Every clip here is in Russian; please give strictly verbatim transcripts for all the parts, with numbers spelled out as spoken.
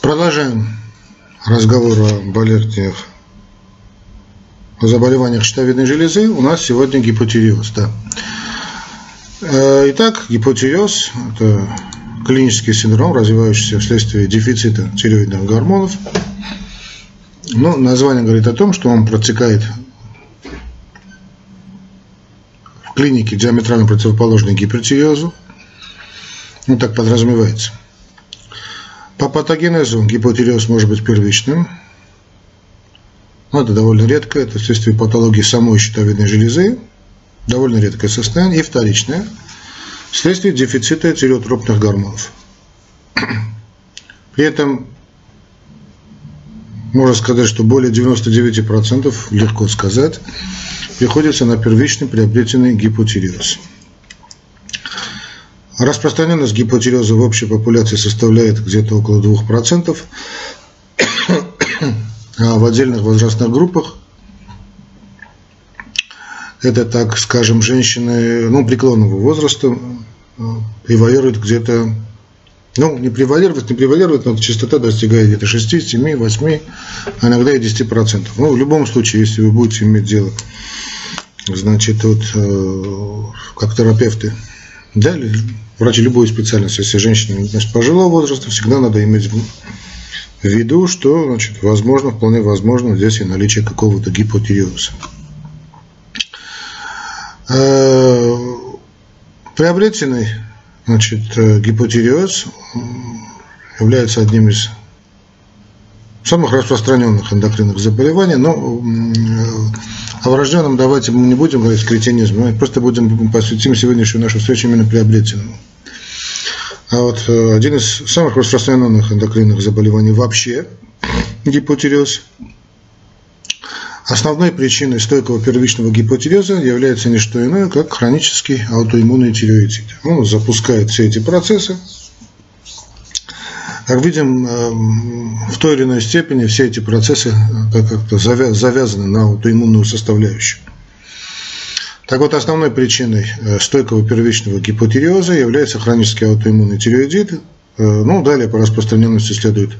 Продолжаем разговор о болезнях, о заболеваниях щитовидной железы. У нас сегодня гипотиреоз. Да. Итак, гипотиреоз – это клинический синдром, развивающийся вследствие дефицита тиреоидных гормонов. Ну, название говорит о том, что он протекает в клинике диаметрально противоположной гипертиреозу. Ну, так подразумевается. По патогенезу гипотиреоз может быть первичным. Но это довольно редко. Это вследствие патологии самой щитовидной железы. Довольно редкое состояние. И вторичное. Вследствие дефицита тиреотропных гормонов. При этом можно сказать, что более девяноста девяти процентов, легко сказать, приходится на первичный приобретенный гипотиреоз. Распространенность гипотиреоза в общей популяции составляет где-то около двух процентов, а в отдельных возрастных группах это, так скажем, женщины ну, преклонного возраста превалирует где-то, ну не превалирует, не превалирует, но частота достигает где-то шести, семи, восьми, а иногда и десяти процентов. Ну, в любом случае, если вы будете иметь дело, значит, вот, как терапевты, да, врачи любой специальности, если женщина значит, пожилого возраста, всегда надо иметь в виду, что, значит, возможно, вполне возможно здесь и наличие какого-то гипотиреоза. Приобретенный, значит, гипотиреоз является одним из самых распространенных эндокринных заболеваний, но о врожденном давайте мы не будем говорить кретинизм, мы просто будем посвятим сегодняшнюю нашу встречу именно приобретенному. А вот один из самых распространенных эндокринных заболеваний вообще гипотиреоз. Основной причиной стойкого первичного гипотиреоза является не что иное, как хронический аутоиммунный тиреоидит. Он запускает все эти процессы. Как видим, в той или иной степени все эти процессы как-то завязаны на аутоиммунную составляющую. Так вот, основной причиной стойкого первичного гипотиреоза является хронический аутоиммунный тиреоидит. Ну, далее по распространенности следует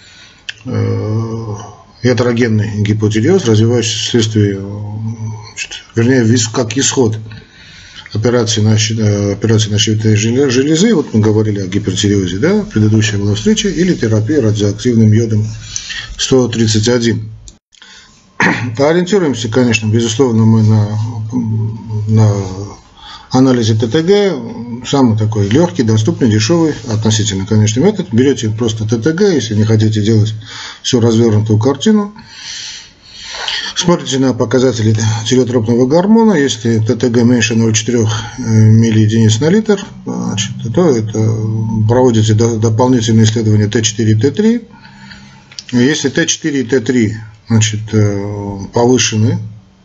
гетерогенный гипотиреоз, развивающийся вследствие, вернее, как исход операции на, операции на щитовидной железы, вот мы говорили о гипертиреозе, да, предыдущая была встреча, или терапия радиоактивным йодом сто тридцать один. Ориентируемся, конечно, безусловно, мы на, на анализе ТТГ, самый такой легкий, доступный, дешевый, относительно, конечно, метод. Берете просто ТТГ, если не хотите делать всю развернутую картину. Смотрите на показатели тиреотропного гормона. Если ТТГ меньше ноль целых четыре десятых миллиединиц на литр, значит, то это проводите дополнительные исследования Т четыре и Т три. Если Т четыре и Т три значит, повышены,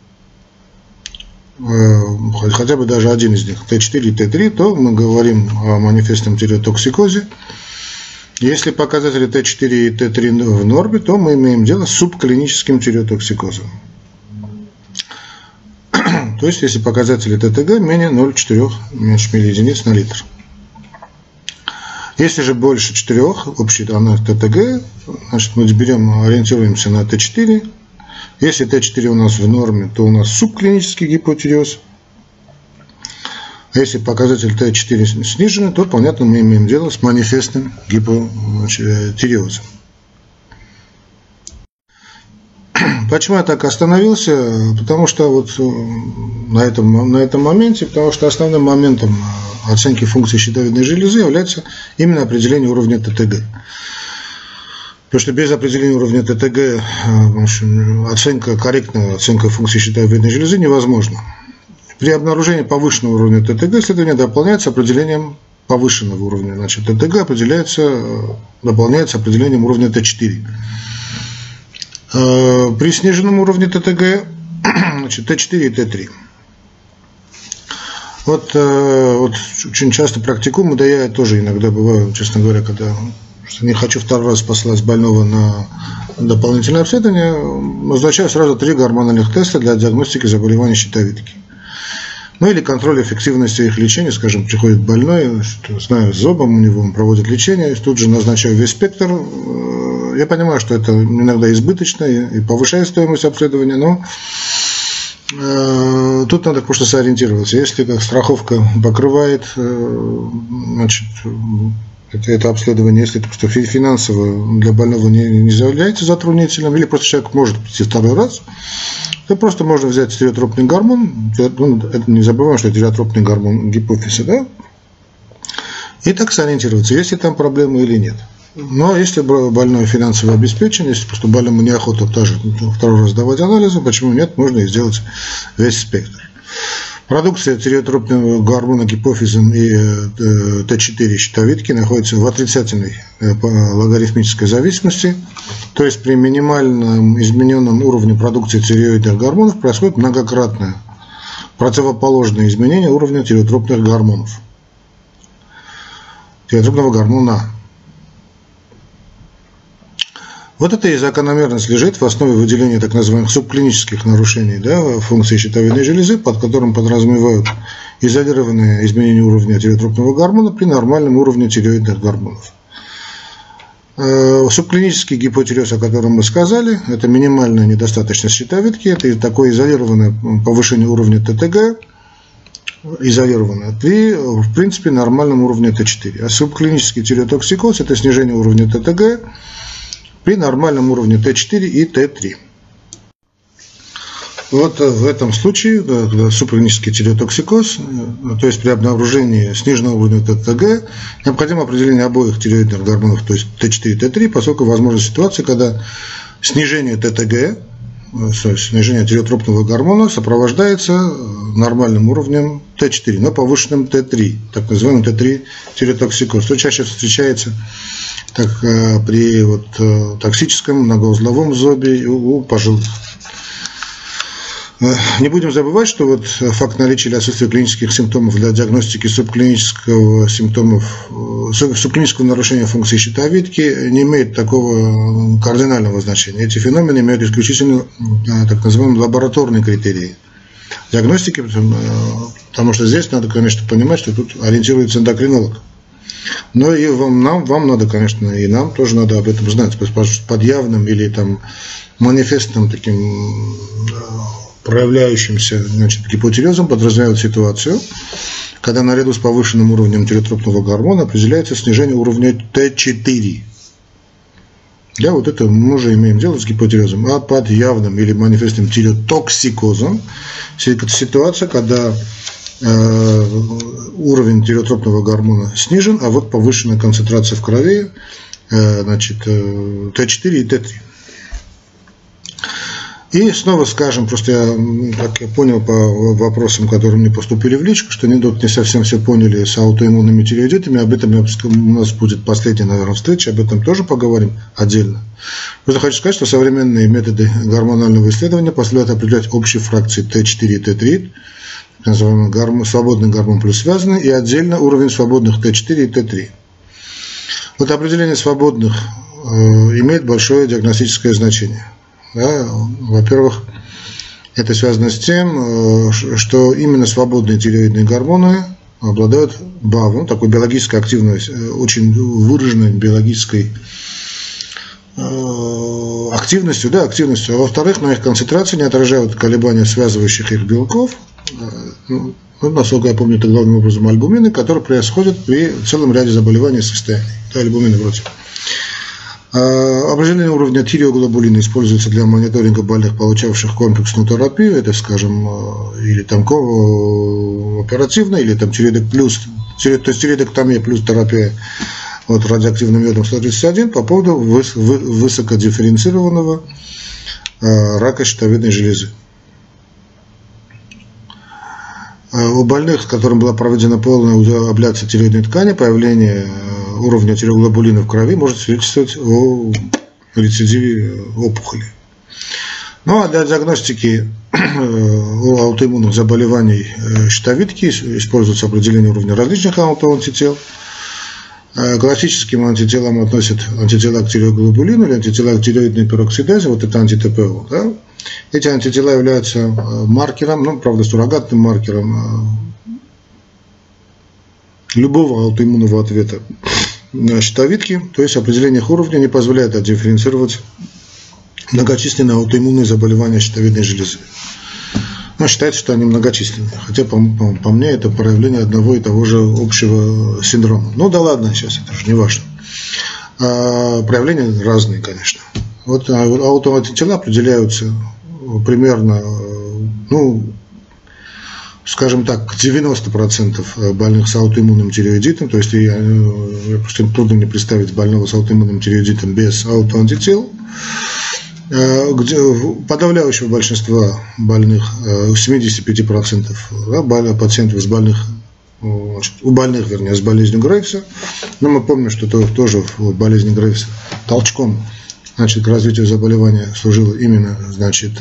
хотя бы даже один из них, Т четыре и Т три, то мы говорим о манифестном тиреотоксикозе. Если показатели Т четыре и Т три в норме, то мы имеем дело с субклиническим тиреотоксикозом. То есть, если показатели ТТГ менее ноль целых четыре десятых миллиединиц на литр. Если же больше четырёх, общий анализ ТТГ, значит, мы берем, ориентируемся на Т четыре. Если Т четыре у нас в норме, то у нас субклинический гипотиреоз. А если показатель Т четыре снижен, то, понятно, мы имеем дело с манифестным гипотиреозом. Почему я так остановился? Потому что вот на этом, на этом моменте, потому что основным моментом оценки функции щитовидной железы является именно определение уровня ТТГ. Потому что без определения уровня ТТГ оценка, корректная оценка функции щитовидной железы невозможна. При обнаружении повышенного уровня ТТГ исследование дополняется определением повышенного уровня. Значит, ТТГ определяется, дополняется определением уровня Т четыре. При сниженном уровне ТТГ, значит, Т четыре и Т три. Вот, вот очень часто практикуем, да я тоже иногда бываю, честно говоря, когда что не хочу второй раз послать больного на дополнительное обследование, назначаю сразу три гормональных теста для диагностики заболеваний щитовидки. Ну или контроль эффективности их лечения, скажем, приходит больной, знаю, с зобом у него, он проводит лечение, тут же назначаю весь спектр Я понимаю, что это иногда избыточно и повышает стоимость обследования, но тут надо просто сориентироваться. Если как страховка покрывает, значит, это, это обследование, если это просто финансово для больного не, не является затруднительным, или просто человек может прийти второй раз, то просто можно взять тиреотропный гормон, ну, это не забываем, что это тиреотропный гормон гипофиза, да, и так сориентироваться, есть ли там проблемы или нет. Но если больной финансово обеспечен, если просто больному неохота даже второй раз давать анализы, почему нет, можно и сделать весь спектр. Продукция тиреотропного гормона гипофизин и Т четыре щитовидки находится в отрицательной логарифмической зависимости, то есть при минимальном измененном уровне продукции тиреоидных гормонов происходит многократное противоположное изменение уровня тиреотропных гормонов, тиреотропного гормона. Вот эта закономерность лежит в основе выделения так называемых субклинических нарушений, да, функции щитовидной железы, под которым подразумевают изолированное изменение уровня тиреотропного гормона при нормальном уровне тиреоидных гормонов. Субклинический гипотиреоз, о котором мы сказали, это минимальная недостаточность щитовидки, это такое изолированное повышение уровня ТТГ, изолированное при, в принципе, нормальном уровне Т четыре. А субклинический тиреотоксикоз – это снижение уровня ТТГ при нормальном уровне Т четыре и Т три. Вот в этом случае, когда субклинический тиреотоксикоз, то есть при обнаружении сниженного уровня ТТГ, необходимо определение обоих тиреоидных гормонов, то есть Т четыре и Т три, поскольку возможна ситуация, когда снижение ТТГ, снижение тиреотропного гормона сопровождается нормальным уровнем Т четыре, но повышенным Т три, так называемый Т три тиреотоксикоз, что чаще встречается так, при вот, токсическом многоузловом зобе у пожилых. Не будем забывать, что вот факт наличия или отсутствия клинических симптомов для диагностики субклинического симптомов, субклинического нарушения функции щитовидки не имеет такого кардинального значения. Эти феномены имеют исключительно так называемые лабораторные критерии диагностики, потому что здесь надо, конечно, понимать, что тут ориентируется эндокринолог. Но и вам, нам, вам надо, конечно, и нам тоже надо об этом знать. Под явным или там манифестным таким проявляющимся, значит, гипотиреозом подразумевают ситуацию, когда наряду с повышенным уровнем тиреотропного гормона определяется снижение уровня Т четыре. Да, вот это мы уже имеем дело с гипотиреозом. А под явным или манифестным тиреотоксикозом это ситуация, когда э, уровень тиреотропного гормона снижен, а вот повышенная концентрация в крови, э, значит, э, Т четыре и Т три. И снова скажем, просто я, как я понял по вопросам, которые мне поступили в личку, что недот не совсем все поняли с аутоиммунными тиреоидитами, об этом у нас будет последняя, наверное, встреча, об этом тоже поговорим отдельно. Просто хочу сказать, что современные методы гормонального исследования позволяют определять общие фракции Т четыре и Т три, так называемый гормон, свободный гормон плюс связанный, и отдельно уровень свободных Т четыре и Т три. Вот определение свободных э, имеет большое диагностическое значение. Да, во-первых, это связано с тем, что именно свободные тиреоидные гормоны обладают БАВом, такой биологической активной, очень выраженной биологической активностью, да, активностью. А во-вторых, на их концентрации не отражают колебания связывающих их белков. Ну, насколько я помню, это главным образом альбумины, которые происходят при целом ряде заболеваний и состояний. Да, альбумины вроде. Определение уровня тиреоглобулина используется для мониторинга больных, получавших комплексную терапию, это, скажем, или там оперативная, или там тиреодек плюс, то есть тиреодектомия плюс терапия вот, радиоактивным йодом сто тридцать один по поводу высокодифференцированного рака щитовидной железы. У больных, с которым была проведена полная абляция тиреоидной ткани, появление уровня тиреоглобулина в крови может свидетельствовать о рецидиве опухоли. Ну а для диагностики аутоиммунных заболеваний щитовидки используется определение уровня различных аутоантител. К классическим антителам относят антитела к тиреоглобулину или антитела к тиреоидной пероксидазе, вот это анти-ТПО. Да? Эти антитела являются маркером, ну, правда, суррогатным маркером любого аутоиммунного ответа щитовидки, то есть определение их уровня не позволяет отдифференцировать многочисленные аутоиммунные заболевания щитовидной железы. Но считается, что они многочисленные, хотя по, по, по мне это проявление одного и того же общего синдрома. Ну да ладно, сейчас это же не важно. А, проявления разные, конечно. Вот аутоантитела определяются примерно, ну, скажем так, девяносто процентов больных с аутоиммунным тиреоидитом, то есть я, я просто трудно мне представить больного с аутоиммунным тиреоидитом без аутоантител. Где подавляющего большинства больных, семьдесят пять процентов да, пациентов с больных, значит, у больных, вернее, с болезнью Грейвса. Но мы помним, что то, тоже в болезни Грейвса толчком, значит, к развитию заболевания служил именно, значит,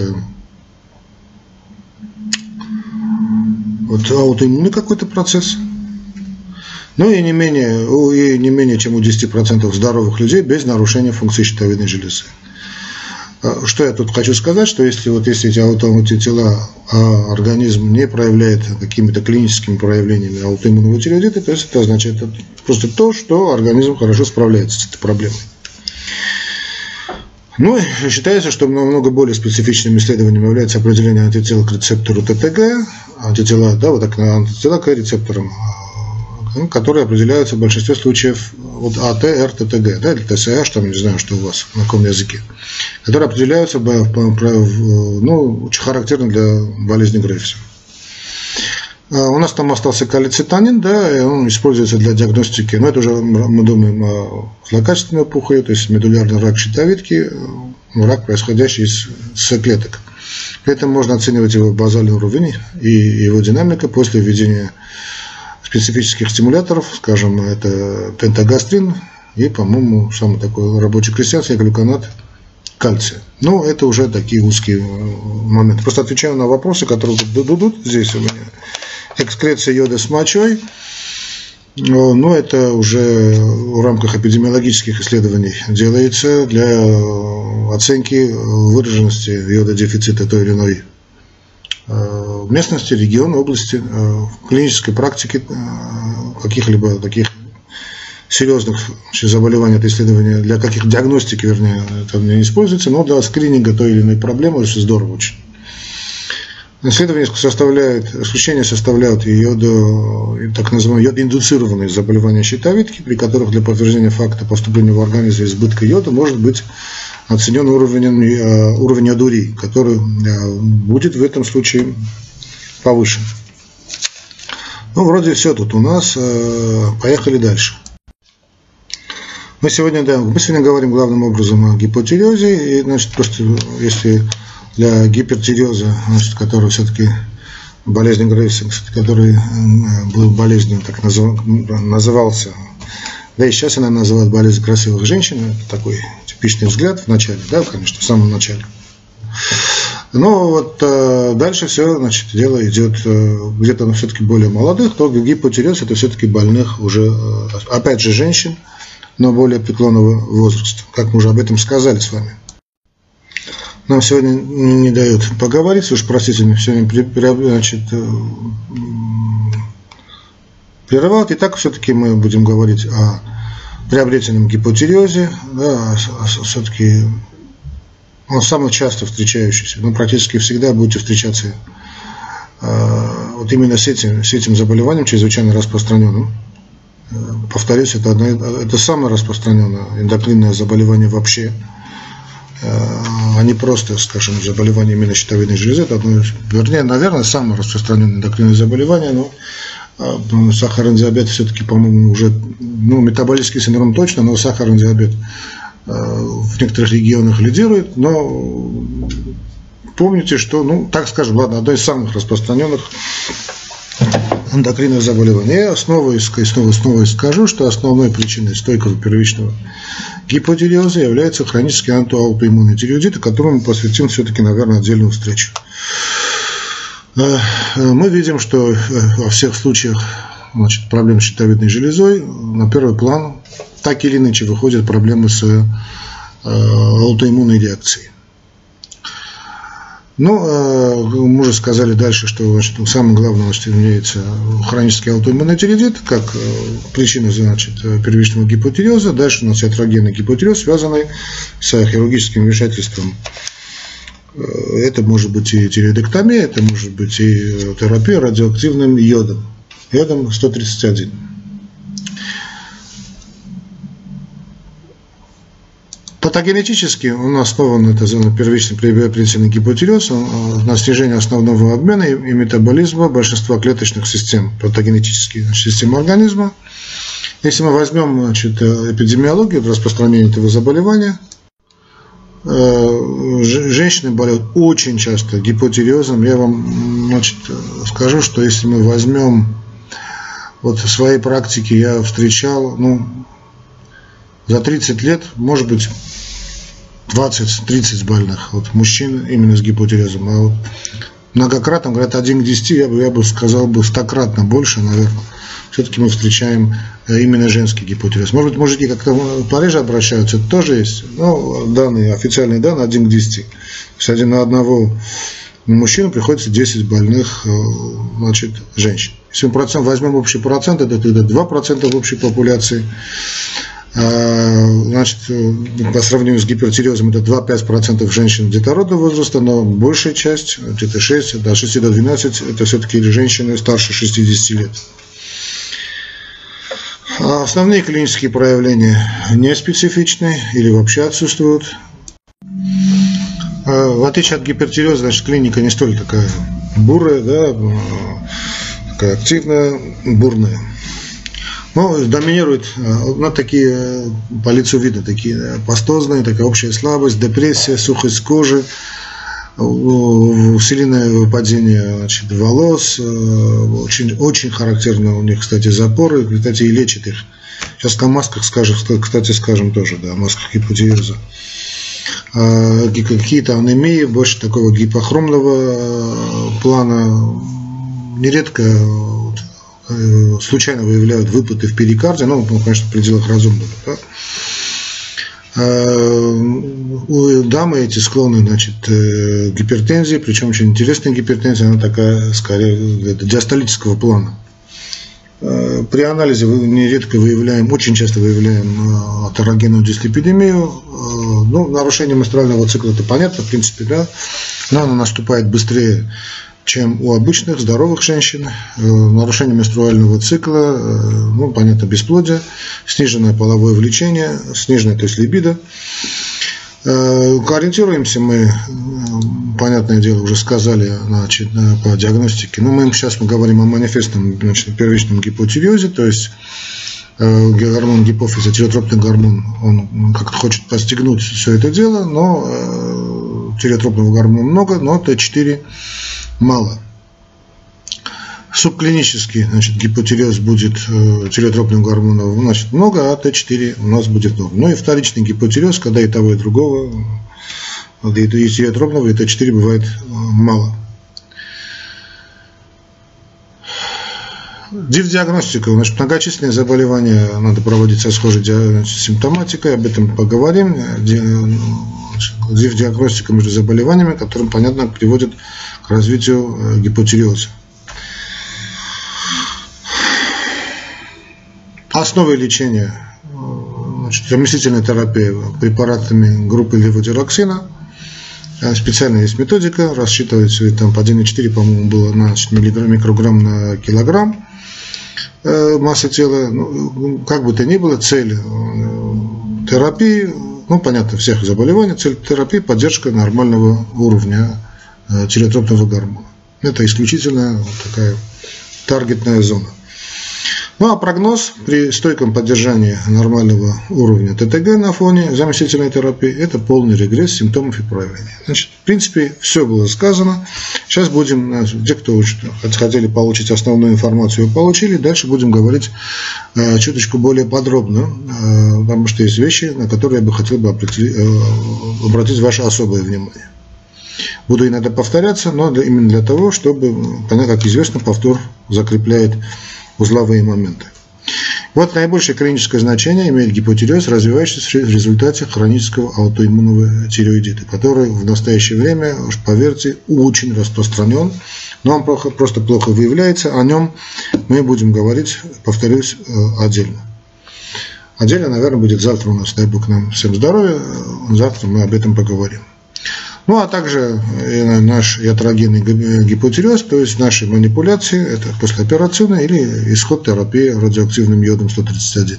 вот аутоиммунный какой-то процесс. Ну и не менее, и не менее чем у десяти процентов здоровых людей без нарушения функции щитовидной железы. Что я тут хочу сказать, что если вот если эти аутоантитела, а организм не проявляет какими-то клиническими проявлениями аутоиммунного тиреоидита, то есть это означает просто то, что организм хорошо справляется с этой проблемой. Ну, считается, что намного более специфичным исследованием является определение антител к рецептору ТТГ, антитела, да, вот так, антитела к рецепторам, которые определяются в большинстве случаев от АТ, РТТГ, да, или ТСH, там не знаю, что у вас, на каком языке, которые определяются, ну, очень характерно для болезни Грейвса. У нас там остался калицитанин, да, и он используется для диагностики, но это уже мы думаем о злокачественной опухоли, то есть медулярный рак щитовидки, рак, происходящий из соклеток. При этом можно оценивать его базальный уровень и его динамика после введения специфических стимуляторов, скажем, это пентагастрин и, по-моему, самый такой рабочий крестьянский глюконат кальция. Но это уже такие узкие моменты. Просто отвечаю на вопросы, которые дадут здесь у меня. Экскреция йода с мочой, но это уже в рамках эпидемиологических исследований делается для оценки выраженности йододефицита той или иной местности, региона, области, в клинической практике каких-либо таких серьезных заболеваний это исследование, для каких диагностики, вернее, это не используется, но для скрининга той или иной проблемы это здорово очень. Исследования составляют, исключение составляют йодо, так называемые йодоиндуцированные заболевания щитовидки, при которых для подтверждения факта поступления в организм избытка йода может быть оценен уровень, уровень йодурии, который будет в этом случае повышен. Ну, вроде все тут у нас. Поехали дальше. Мы сегодня, да, мы сегодня говорим главным образом о гипотиреозе. И, значит, просто если для гипертиреоза, значит, который все-таки болезнь Грейвса, который был болезнью, так назыв, назывался, да и сейчас она называют болезнь красивых женщин, это такой типичный взгляд в начале, да, конечно, в самом начале. Но вот э, дальше все, значит, дело идет э, где-то все-таки более молодых, то гипотиреоз это все-таки больных уже, э, опять же, женщин, но более преклонного возраста, как мы уже об этом сказали с вами. Нам сегодня не дают поговорить, уж простите меня, сегодня значит, прерывают. И так все-таки мы будем говорить о приобретенном гипотиреозе, да, все-таки он самый часто встречающийся, но практически всегда будете встречаться вот именно с этим, с этим заболеванием, чрезвычайно распространенным. Повторюсь, это, одно, это самое распространенное эндокринное заболевание вообще, а не просто, скажем, заболевание именно щитовидной железы. Это одно, вернее, наверное, самое распространенное эндокринное заболевание, но сахарный диабет все-таки, по-моему, уже, ну, метаболический синдром точно, но сахарный диабет в некоторых регионах лидирует, но помните, что, ну, так скажем, ладно, одно из самых распространенных эндокринных заболеваний. Я снова и снова, снова скажу, что основной причиной стойкого первичного гипотиреоза является хронический аутоиммунный тиреоидит, которому мы посвятим все-таки, наверное, отдельную встречу. Мы видим, что во всех случаях, значит, проблем с щитовидной железой на первый план так или иначе выходят проблемы с аутоиммунной реакцией. Но мы уже сказали дальше, что значит, самым главным значит, является хронический аутоиммунный тиреоидит, как причина значит, первичного гипотиреоза. Дальше у нас ятрогенный гипотиреоз, связанный с хирургическим вмешательством. Это может быть и тиреоидектомия, это может быть и терапия радиоактивным йодом, йодом сто тридцать один. Патогенетически он основан, это первичный препятственный гипотиреоз, на снижение основного обмена и метаболизма большинства клеточных систем, патогенетических значит, систем организма. Если мы возьмем значит, эпидемиологию распространения этого заболевания, женщины болеют очень часто гипотиреозом. Я вам значит, скажу, что если мы возьмем вот в своей практике, я встречал, ну, за тридцать лет, может быть, двадцать-тридцать больных вот, мужчин именно с гипотиреозом. А вот многократно, говорят, один к десяти, я бы, я бы сказал, бы стократно больше, наверное. Все-таки мы встречаем именно женский гипотиреоз. Может быть, мужики как-то пореже обращаются, это тоже есть. Но данные, официальные данные один к десяти. То есть один на одного мужчину приходится десять больных значит, женщин. Если мы процент, возьмем общий процент, это тогда два процента в общей популяции. Значит, по сравнению с гипотиреозом это два-пять процентов женщин детородного возраста, но большая часть, где-то шесть, от шести до двенадцати, это все-таки женщины старше шестидесяти лет. Основные клинические проявления не специфичны или вообще отсутствуют. В отличие от гипотиреоза, значит, клиника не столь такая бурая, да, такая активная, бурная. Ну, доминируют ну, такие по лицу видно, такие пастозные, такая общая слабость, депрессия, сухость кожи, усиленное выпадение значит, волос, очень, очень характерно у них, кстати, запоры, кстати, и лечат их. Сейчас о масках, скажем, кстати, скажем тоже, да, о масках гипотиреоза. Какие-то анемии, больше такого гипохромного плана, нередко случайно выявляют выплаты в перикарде, ну, конечно, в пределах разумного. Да? У дамы эти склонны значит, к гипертензии, причем очень интересная гипертензия, она такая, скорее, диастолического плана. При анализе нередко выявляем, очень часто выявляем атерогенную дислипидемию. Ну, нарушение менструального цикла, это понятно, в принципе, да, но оно наступает быстрее, чем у обычных здоровых женщин. Нарушение менструального цикла, ну, понятно, бесплодие, сниженное половое влечение, сниженное, то есть либидо. Ориентируемся мы, понятное дело, уже сказали значит, по диагностике, но мы сейчас мы говорим о манифестном значит, первичном гипотиреозе, то есть гормон гипофиза, тиреотропный гормон, он как-то хочет постигнуть все это дело, но тиреотропного гормона много, но Т четыре мало. Субклинический значит, гипотиреоз будет э, тиреотропного гормона значит, много, а Т четыре у нас будет много. Ну и вторичный гипотиреоз, когда и того, и другого, и тиреотропного, и Т четыре бывает э, мало. Див-диагностика. Значит, многочисленные заболевания надо проводить со схожей значит, симптоматикой, об этом поговорим. Див-диагностика между заболеваниями, которым, понятно, приводит к развитию э, гипотиреоза. Основой лечения значит, заместительная терапия препаратами группы левотироксина. Специальная есть методика, рассчитывается там по один и четыре, по-моему, было на микрограмм на килограмм массы тела. Ну, как бы то ни было, цель терапии, ну, понятно, всех заболеваний, цель терапии – поддержка нормального уровня тиреотропного гормона. Это исключительно вот такая таргетная зона. Ну а прогноз при стойком поддержании нормального уровня Т Т Г на фоне заместительной терапии – это полный регресс симптомов и проявлений. Значит, в принципе, все было сказано. Сейчас будем, те, кто хотели получить основную информацию, получили. Дальше будем говорить э, чуточку более подробно, э, потому что есть вещи, на которые я бы хотел бы обратить, э, обратить ваше особое внимание. Буду иногда повторяться, но именно для того, чтобы, понятно, как известно, повтор закрепляет узловые моменты. Вот наибольшее клиническое значение имеет гипотиреоз, развивающийся в результате хронического аутоиммунного тиреоидита, который в настоящее время, уж поверьте, очень распространен, но он просто плохо выявляется. О нем мы будем говорить, повторюсь, отдельно. Отдельно, наверное, будет завтра у нас, дай Бог нам всем здоровья, завтра мы об этом поговорим. Ну, а также наш ятрогенный гипотиреоз, то есть наши манипуляции, это послеоперационная или исход терапии радиоактивным йодом сто тридцать один.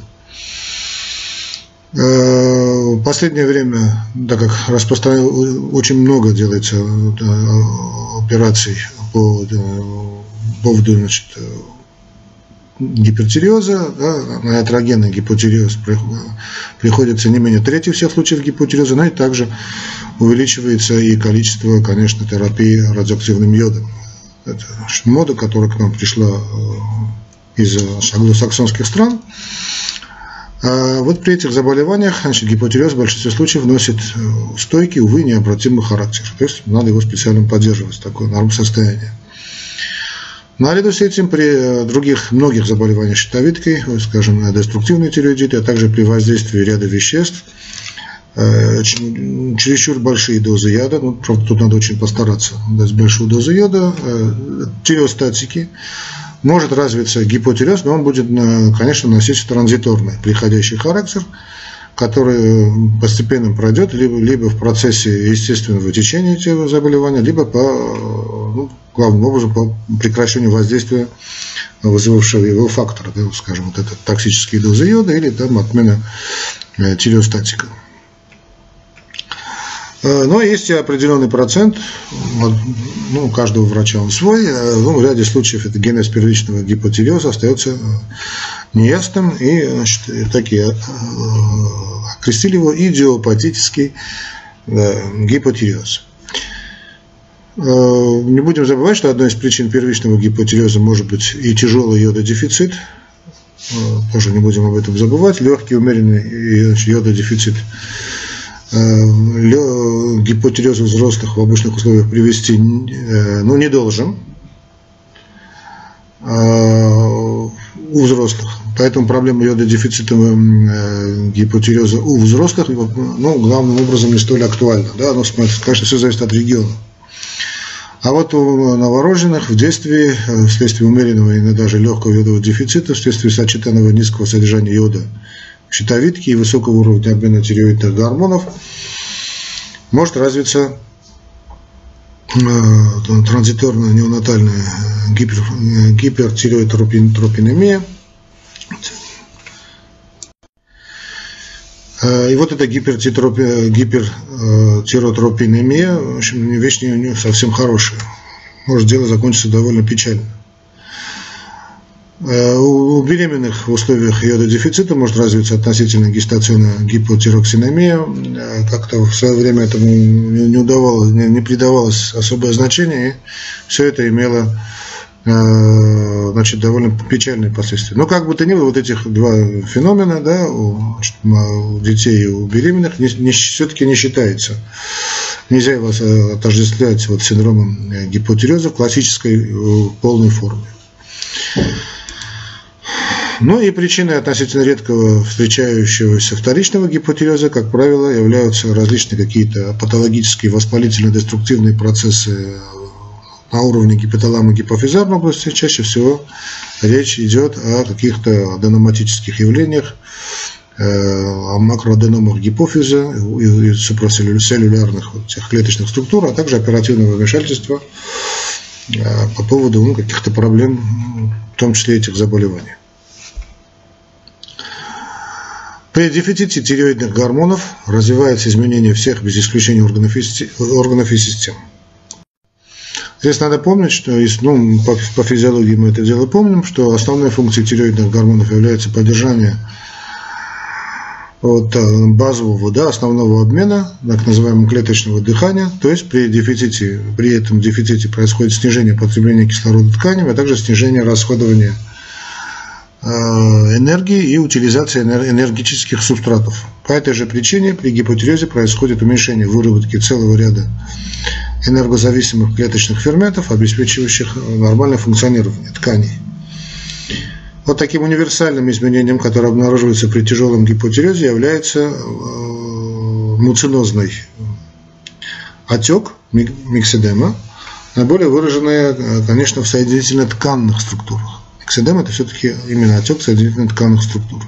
В последнее время, так как распространено, очень много делается операций по поводу, значит, гипертиреоза, да, на ятрогенный гипотиреоз приходится не менее трети всех случаев гипотиреоза, но и также увеличивается и количество, конечно, терапии радиоактивным йодом. Это мода, которая к нам пришла из англосаксонских стран. А вот при этих заболеваниях, значит, гипотиреоз в большинстве случаев носит стойкий, увы, необратимый характер. То есть надо его специально поддерживать, такое состояние. Наряду с этим при других многих заболеваниях щитовидкой, скажем, деструктивные тиреоидиты, а также при воздействии ряда веществ, чересчур большие дозы яда, ну, правда, тут надо очень постараться дать большую дозу йода, тиреостатики, может развиться гипотиреоз, но он будет, конечно, носить транзиторный, приходящий характер, который постепенно пройдет либо, либо в процессе естественного течения этого заболевания, либо по, ну, главным образом по прекращению воздействия вызывавшего его фактора, да, скажем, вот это токсические дозы йода или там отмена тиреостатика. Но есть определенный процент, ну, у каждого врача он свой, ну, в ряде случаев это генез первичного гипотиреоза остается неясным, и, значит, такие окрестили его идиопатический гипотиреоз. Не будем забывать, что одной из причин первичного гипотиреоза может быть и тяжелый йододефицит, тоже не будем об этом забывать, легкий умеренный йододефицит. Гипотиреоз у взрослых в обычных условиях привести, ну, не должен у взрослых. Поэтому проблема йододефицита гипотиреоза у взрослых, ну, главным образом не столь актуальна. Да? Но, конечно, все зависит от региона. А вот у новорожденных в детстве, вследствие умеренного и даже легкого йодового дефицита, вследствие сочетанного низкого содержания йода щитовидки и высокого уровня обмена тиреоидных гормонов, может развиться э, транзиторная неонатальная гипер, гипертиреотропинемия. И вот эта гипертиреотропинемия, в общем, вещь не, не совсем хорошая. Может дело закончиться довольно печально. У беременных в условиях йододефицита может развиться относительно гестационная гипотироксинемия. Как-то в свое время этому не удавалось, не придавалось особое значение, и все это имело, значит, довольно печальные последствия. Но как бы то ни было, вот этих два феномена, да, у, у детей и у беременных не, не, все-таки не считается. Нельзя его отождествлять вот синдромом гипотиреоза в классической полной форме. Ну и причиной относительно редкого встречающегося вторичного гипотиреоза, как правило, являются различные какие-то патологические воспалительно-деструктивные процессы на уровне гипоталамо гипофизарной области. Чаще всего речь идет о каких-то аденоматических явлениях, о макроаденомах гипофиза и суpracelлюлярных вот этих клеточных структур, а также оперативного вмешательства по поводу, ну, каких-то проблем, в том числе этих заболеваний. При дефиците тиреоидных гормонов развивается изменение всех, без исключения органов и, органов и систем. Здесь надо помнить, что, ну, по, по физиологии мы это дело помним, что основной функцией тиреоидных гормонов является поддержание вот, базового, да, основного обмена, так называемого клеточного дыхания, то есть при дефиците, при этом дефиците происходит снижение потребления кислорода тканями, а также снижение расходования энергии и утилизация энергетических субстратов. По этой же причине при гипотиреозе происходит уменьшение выработки целого ряда энергозависимых клеточных ферментов, обеспечивающих нормальное функционирование тканей. Вот таким универсальным изменением, которое обнаруживается при тяжелом гипотиреозе, является муцинозный отек, микседема, наиболее выраженная, конечно, в соединительно-тканных структурах. Микседема – это все-таки именно отек соединительно-тканных структур.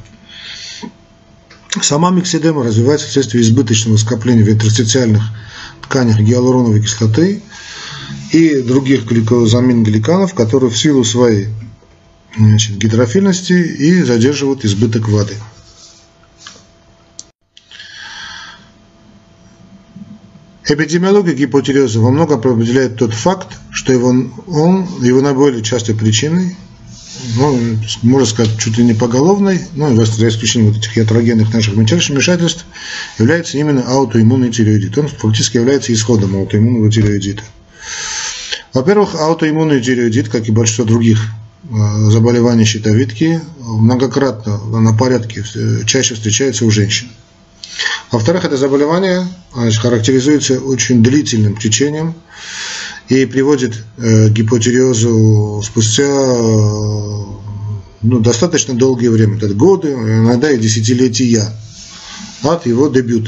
Сама микседема развивается вследствие избыточного скопления в интерстициальных тканях гиалуроновой кислоты и других гликозамин-гликанов, которые в силу своей, значит, гидрофильности и задерживают избыток воды. Эпидемиология гипотиреоза во многом определяет тот факт, что его, он, его наиболее частой причиной, ну, можно сказать, чуть ли не поголовной, ну, за исключением вот этих ятрогенных наших вмешательств, является именно аутоиммунный тиреоидит. Он фактически является исходом аутоиммунного тиреоидита. Во-первых, аутоиммунный тиреоидит, как и большинство других заболеваний щитовидки, многократно на порядке чаще встречается у женщин. Во-вторых, это заболевание характеризуется очень длительным течением и приводит к гипотиреозу спустя ну, достаточно долгое время, это годы, иногда и десятилетия от его дебюта.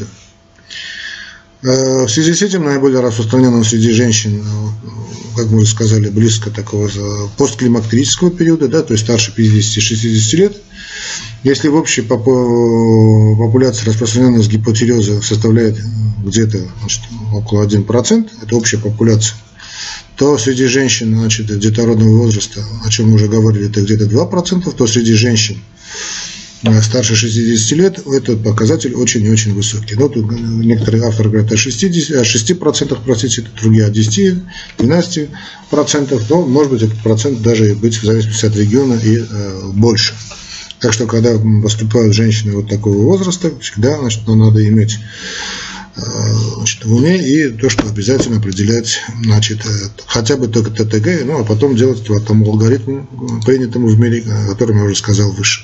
В связи с этим наиболее распространенным среди женщин, как мы уже сказали, близко такого постклимактерического периода, да, то есть старше пятидесяти-шестидесяти лет. Если в общей популяции распространенность гипотиреоза составляет где-то, значит, около одного процента, это общая популяция, то среди женщин, значит, детородного возраста, о чем мы уже говорили, это где-то два процента, то среди женщин старше шестидесяти лет этот показатель очень и очень высокий. Но тут некоторые авторы говорят о шестидесяти, о шести процентах, простите, другие о десяти-двенадцати процентах, но может быть этот процент даже быть в зависимости от региона и э, больше. Так что, когда поступают женщины вот такого возраста, всегда, значит, надо иметь э, значит, в уме и то, что обязательно определять, значит, хотя бы только ТТГ, ну а потом делать по тому алгоритму, принятому в мире, о котором я уже сказал выше.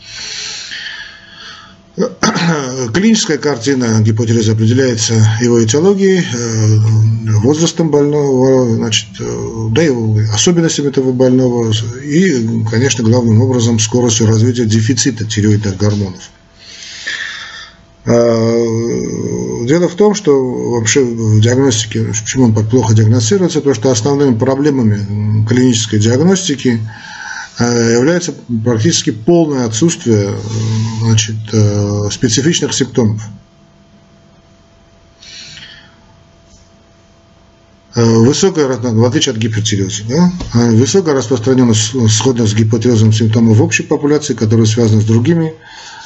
Клиническая картина гипотиреоза определяется его этиологией, возрастом больного, значит, да и особенностями этого больного и, конечно, главным образом скоростью развития дефицита тиреоидных гормонов. Дело в том, что вообще в диагностике, почему он плохо диагностируется, потому что основными проблемами клинической диагностики является практически полное отсутствие, значит, специфичных симптомов. Высокая, в отличие от гипертиреоза, да, высокая распространенность сходных с гипотиреозом симптомов в общей популяции, которые связаны с другими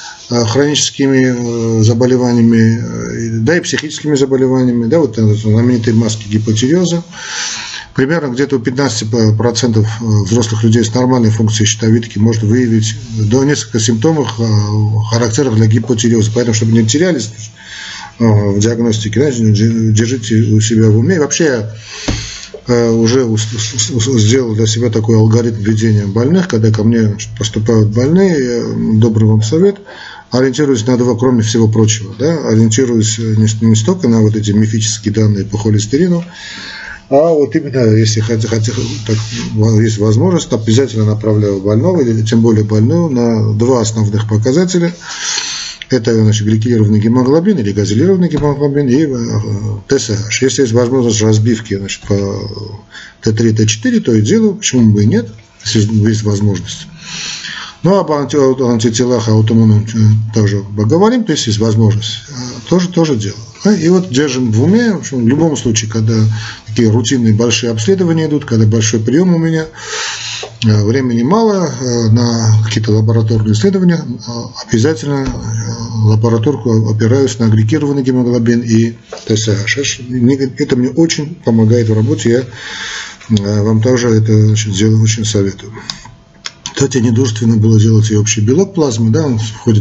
хроническими заболеваниями, да и психическими заболеваниями, да, вот знаменитые маски гипотиреоза. Примерно где-то у пятнадцати процентов взрослых людей с нормальной функцией щитовидки может выявить до нескольких симптомов, характерных для гипотиреоза. Поэтому, чтобы не терялись в диагностике, да, держите у себя в уме. И вообще я уже сделал для себя такой алгоритм ведения больных, когда ко мне поступают больные, я, добрый вам совет, ориентируюсь на два, кроме всего прочего. Да, ориентируюсь не, не столько на вот эти мифические данные по холестерину, а вот именно, если хотя, хотя, так, есть возможность, обязательно направляю больного, или тем более больную, на два основных показателя. Это, значит, гликированный гемоглобин или газированный гемоглобин и ТСХ. Если есть возможность разбивки, значит, по Т три, Т четыре, то и делаю, почему бы и нет, если есть возможность. Ну, об антителах, аутоиммунном также поговорим, то есть есть возможность, тоже, тоже делаю. И вот держим в уме, в общем, в любом случае, когда такие рутинные большие обследования идут, когда большой прием у меня, времени мало на какие-то лабораторные исследования, обязательно лабораторку опираюсь на гликированный гемоглобин и ТСХ. Это мне очень помогает в работе, я вам также это, значит, делаю, очень советую. Кстати, недурственно было делать и общий белок плазмы, да, он входит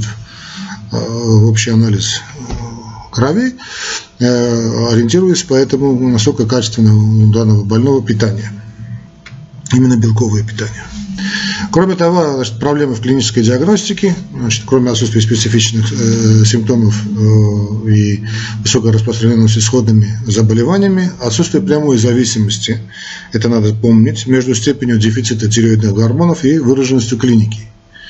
в общий анализ крови, ориентируясь поэтому, насколько качественно у данного больного питание, именно белковое питание. Кроме того, значит, проблемы в клинической диагностике, значит, кроме отсутствия специфичных э, симптомов э, и высокой распространенности сходными заболеваниями, отсутствие прямой зависимости, это надо помнить, между степенью дефицита тиреоидных гормонов и выраженностью клиники.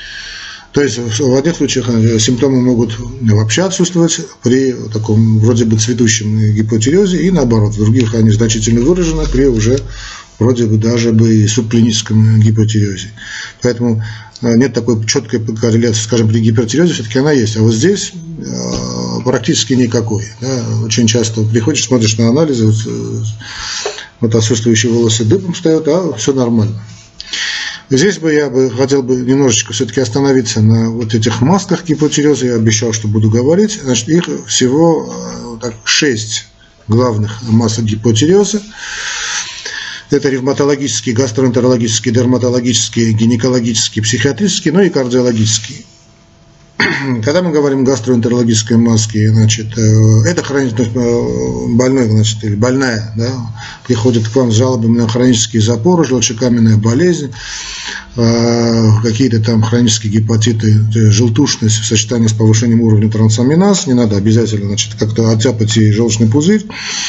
То есть в одних случаях симптомы могут вообще отсутствовать при таком вроде бы цветущем гипотиреозе, и наоборот, в других они значительно выражены при уже вроде бы даже бы и субклиническом гипотиреозе. Поэтому нет такой четкой корреляции, скажем, при гипертиреозе все-таки она есть, а вот здесь практически никакой. Да. Очень часто приходишь, смотришь на анализы, вот, вот отсутствующие волосы дыбом встают, а все нормально. Здесь бы я бы хотел бы немножечко все-таки остановиться на вот этих масках гипотиреоза. Я обещал, что буду говорить. Значит, их всего так, шесть главных масок гипотиреоза. Это ревматологические, гастроэнтерологические, дерматологические, гинекологические, психиатрические, ну и кардиологические. Когда мы говорим о гастроэнтерологической маске, значит, это хронический больной, значит, или больная, да, приходит к вам с жалобами на хронические запоры, желчекаменная болезнь, какие-то там хронические гепатиты, желтушность в сочетании с повышением уровня трансаминаз, не надо обязательно, значит, как-то оттяпать ей желчный пузырь.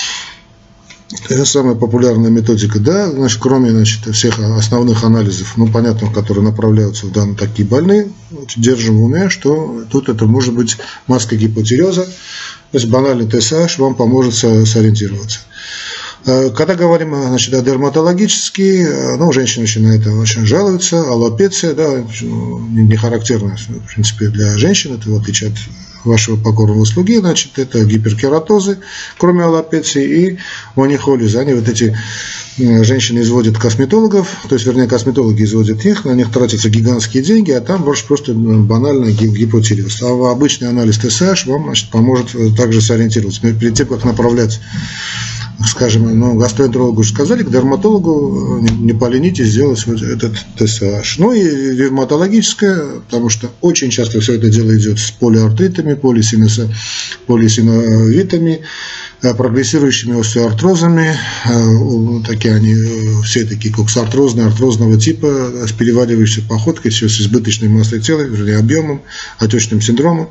Это самая популярная методика, да, значит, кроме, значит, всех основных анализов, ну, понятно, которые направляются в данные такие больные, значит, держим в уме, что тут это может быть маска гипотиреоза, то есть банальный ТСХ вам поможет сориентироваться. Когда говорим, значит, о дерматологические, ну, женщины очень на это очень жалуются, аллопеция, да, не характерна, в принципе, для женщин, это в отличие от вашего покорного слуги, значит, это гиперкератозы, кроме аллопеции, и манихолизы. Они вот эти женщины изводят косметологов, то есть, вернее, косметологи изводят их, на них тратятся гигантские деньги, а там больше просто банальный гипотиреоз. А обычный анализ ТСХ вам, значит, поможет также сориентироваться. Перед тем, как направлять, скажем, ну, гастроэнтерологу уже сказали, к дерматологу не поленитесь сделать вот этот ТСХ. Ну и ревматологическое, потому что очень часто все это дело идет с полиартритами, полисинусо, полисиновитами, прогрессирующими остеоартрозами, такие они все такие коксартрозные, артрозного типа, с переваливающей походкой, все с избыточной массой тела, вернее, объемом, отечным синдромом.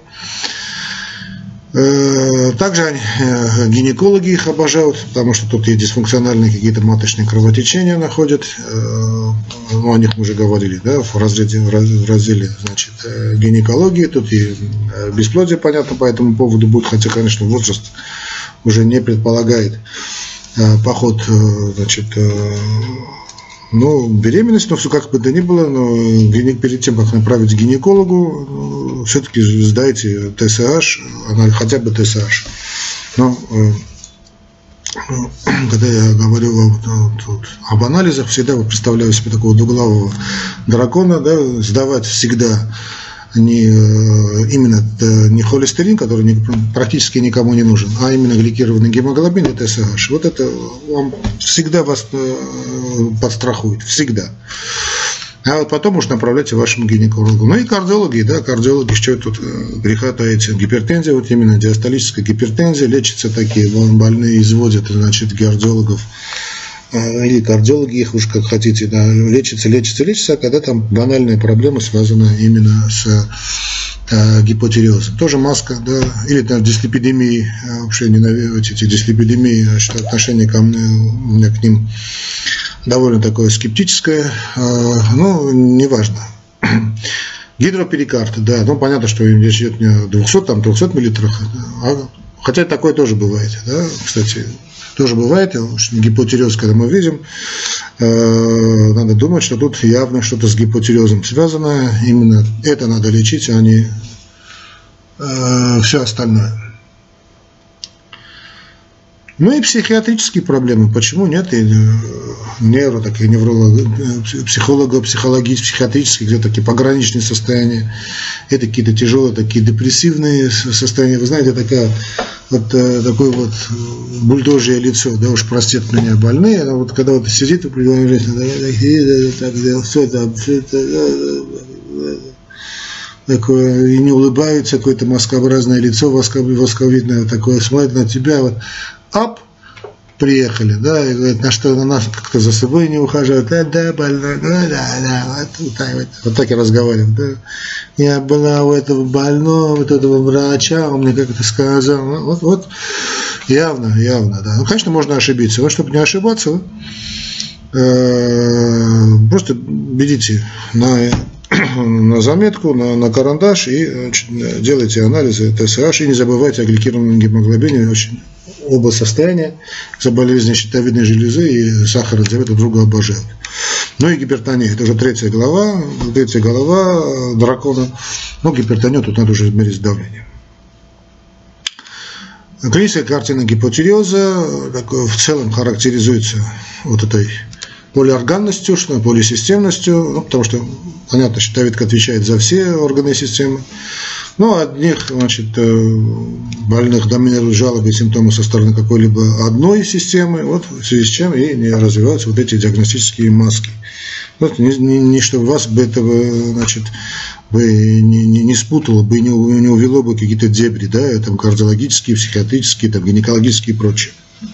Также они, гинекологи их обожают, потому что тут и дисфункциональные какие-то маточные кровотечения находят, ну, о них мы уже говорили, да, в разделе, в разделе, значит, гинекологии, тут и бесплодие, понятно, по этому поводу будет, хотя, конечно, возраст уже не предполагает поход, значит, ну, беременность, но все как бы то ни было, но перед тем, как направить к гинекологу, все-таки сдайте ТСХ, хотя бы ТСХ. Но когда я говорю вот, вот, об анализах, всегда вот представляю себе такого двуглавого дракона, да, сдавать всегда не именно не холестерин, который не, практически никому не нужен, а именно гликированный гемоглобин и ТСХ. Вот это он всегда вас подстрахует, всегда. А вот потом уж направляйте вашему гинекологу. Ну и кардиологи, да, кардиологи, что тут греха таить, гипертензия, вот именно диастолическая гипертензия, лечатся такие больные, изводят, значит, кардиологов, или кардиологи их уж как хотите, да, лечится, лечится, лечится, а когда там банальная проблема связана именно с э, гипотиреозом. Тоже маска, да, или там дислепидемии, вообще ненавижу эти дислепидемии, значит, отношение ко мне, у меня к ним довольно такое скептическое, э, ну, неважно. Гидроперикард, да, ну, понятно, что речь идет не о двухсот, там, трехсот миллилитрах, а, хотя такое тоже бывает, да, кстати, тоже бывает, гипотиреоз, когда мы видим, э, надо думать, что тут явно что-то с гипотиреозом связано, именно это надо лечить, а не э, все остальное. Ну и психиатрические проблемы, почему нет, и нейро, такие неврологи, психолога, психологические, психиатрические, где-то такие пограничные состояния, это какие-то тяжелые, такие депрессивные состояния, вы знаете, такая вот такое вот бульдожье лицо, да уж простят меня больные, а вот когда вот сидит и приговорит, все это, все это такое, и не улыбается, какое-то маскообразное лицо, восковидное такое, смотрит на тебя, вот, ап, приехали, да, и говорит, на что на нас как-то за собой не ухаживают, да, да, больной, да, да, да, вот, вот, так, вот, вот так я разговариваю, да. Я была у этого больного, вот этого врача, он мне как-то сказал, вот, вот, явно, явно, да. Ну, конечно, можно ошибиться, но чтобы не ошибаться, э, просто берите на на заметку, на, на карандаш и, значит, делайте анализы тэ эс аш. И не забывайте о гликированном гемоглобине. Очень, оба состояния, болезни щитовидной железы и сахара, диабета друг друга обожают. Ну и гипертония. Это уже третья глава, третья голова дракона. Ну, гипертонию тут надо уже измерить давление. Клиническая картина гипотиреоза в целом характеризуется вот этой полиорганностью, полисистемностью, ну, потому что, понятно, щитовидка отвечает за все органы и системы. Но одних, значит, больных доминируют жалобы и симптомы со стороны какой-либо одной системы, вот в связи с чем и не развиваются вот эти диагностические маски. Вот, не, не, не чтобы вас бы этого, значит, бы не, не, не спутало, бы не, не увело бы какие-то дебри, да, там кардиологические, психиатрические, там, гинекологические и прочее.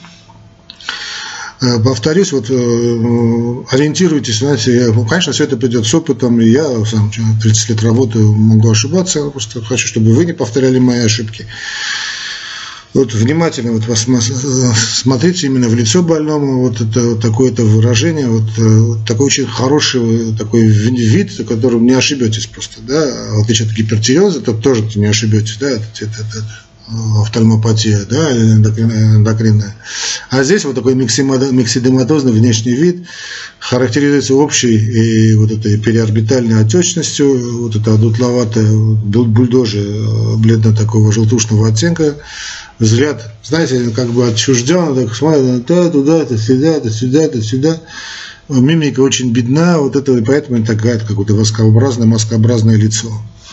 Повторюсь, вот ориентируйтесь, знаете, я, конечно, все это придет с опытом, и я сам тридцать лет работаю, могу ошибаться, просто хочу, чтобы вы не повторяли мои ошибки. Вот внимательно вот смотрите именно в лицо больному, вот это вот такое-то выражение, вот, вот такой очень хороший такой вид, в котором не ошибетесь просто, да, в отличие от гипертиреоза, то тоже не ошибетесь, да, это, это, это, офтальмопатия, да, эндокринная. А здесь вот такой миксидематозный внешний вид характеризуется общей и вот этой переорбитальной отечностью, вот это одутловатое бульдожье бледно такого желтушного оттенка, взгляд, знаете, как бы отчужден, так смотрит то туда, то сюда, то сюда, то сюда. Мимика очень бедна, вот это, поэтому такая какое-то воскообразное, маскообразное лицо.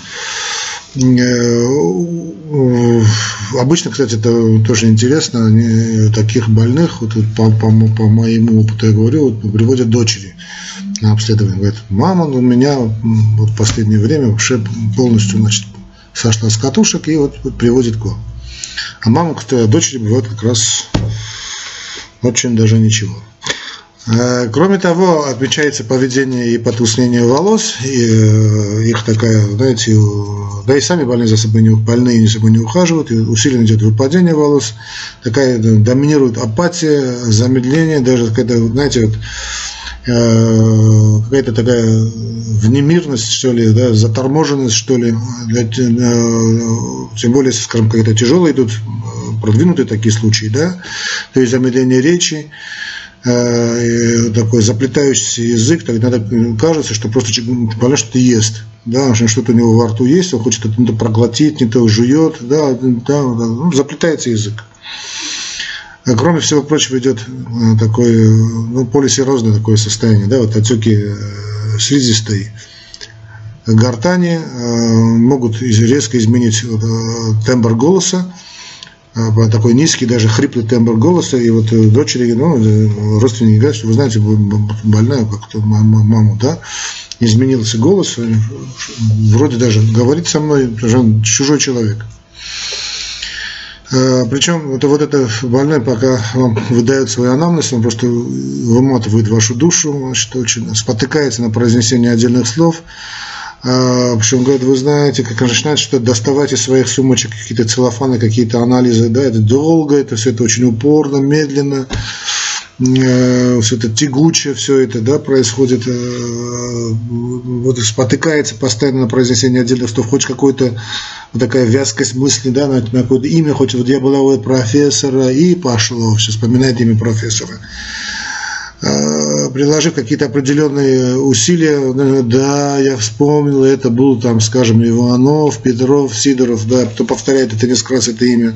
Обычно, кстати, это тоже интересно, таких больных, вот по, по, по моему опыту я говорю, вот, приводят дочери на обследование. Говорят, мама у меня вот в последнее время вообще полностью, значит, сошла с катушек и вот, вот приводит к вам. А мама, кстати, дочери бывают как раз очень даже ничего. Кроме того, отмечается поведение и потускнение волос, и их такая, знаете, да и сами больные за собой не, больные за собой не ухаживают, и усиленно идет выпадение волос, такая доминирует апатия, замедление, даже когда, знаете, вот, какая-то такая внемирность, что ли, да, заторможенность, что ли, для, тем более, скажем, когда тяжелые идут, продвинутые такие случаи, да, то есть замедление речи, такой заплетающийся язык, тогда кажется, что просто больной что-то ест, да, что-то у него во рту есть, он хочет это проглотить, не то жует, да, да, ну, заплетается язык. Кроме всего прочего идет такое, ну, полисерозное такое состояние, да, вот отеки слизистой гортани могут резко изменить тембр голоса, такой низкий, даже хриплый тембр голоса, и вот дочери, ну, родственники говорят, что вы знаете, больная, как-то маму, да, изменился голос, вроде даже говорит со мной, он чужой человек. Причем это вот это больной, пока вам выдает свой анамнез, он просто выматывает вашу душу, значит, очень спотыкается на произнесение отдельных слов. Причем говорит, вы знаете, как начинает что-то доставать из своих сумочек какие-то целлофаны, какие-то анализы, да, это долго, это все это очень упорно, медленно, все это тягуче, все это, да, происходит, вот спотыкается постоянно на произнесение отдельных слов, хоть какой-то вот такая вязкость мысли, да, на, на какое-то имя, хоть вот я была у профессора, и пошло, все вспоминает имя профессора. Приложив какие-то определенные усилия, да, я вспомнил, это был там, скажем, Иванов, Петров, Сидоров, да, кто повторяет это несколько раз, это имя.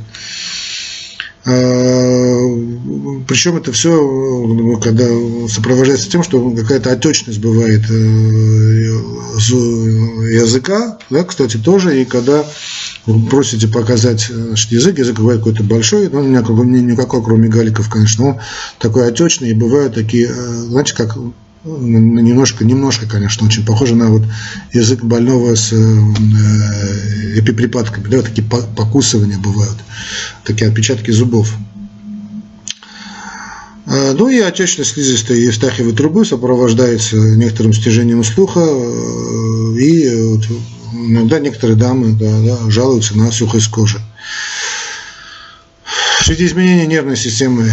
Причем это все, когда сопровождается тем, что какая-то отечность бывает языка, да, кстати, тоже, и когда вы просите показать, значит, язык, язык бывает какой-то большой, но не никакой, кроме галиков, конечно, он такой отечный, и бывают такие, знаете, как немножко, немножко, конечно, очень похоже на вот язык больного с эпиприпадками, да, вот такие покусывания бывают, такие отпечатки зубов. Ну и отечность слизистой евстахиевой трубы сопровождается некоторым стяжением слуха, и вот иногда некоторые дамы, да, да, жалуются на сухость кожи. Среди изменений нервной системы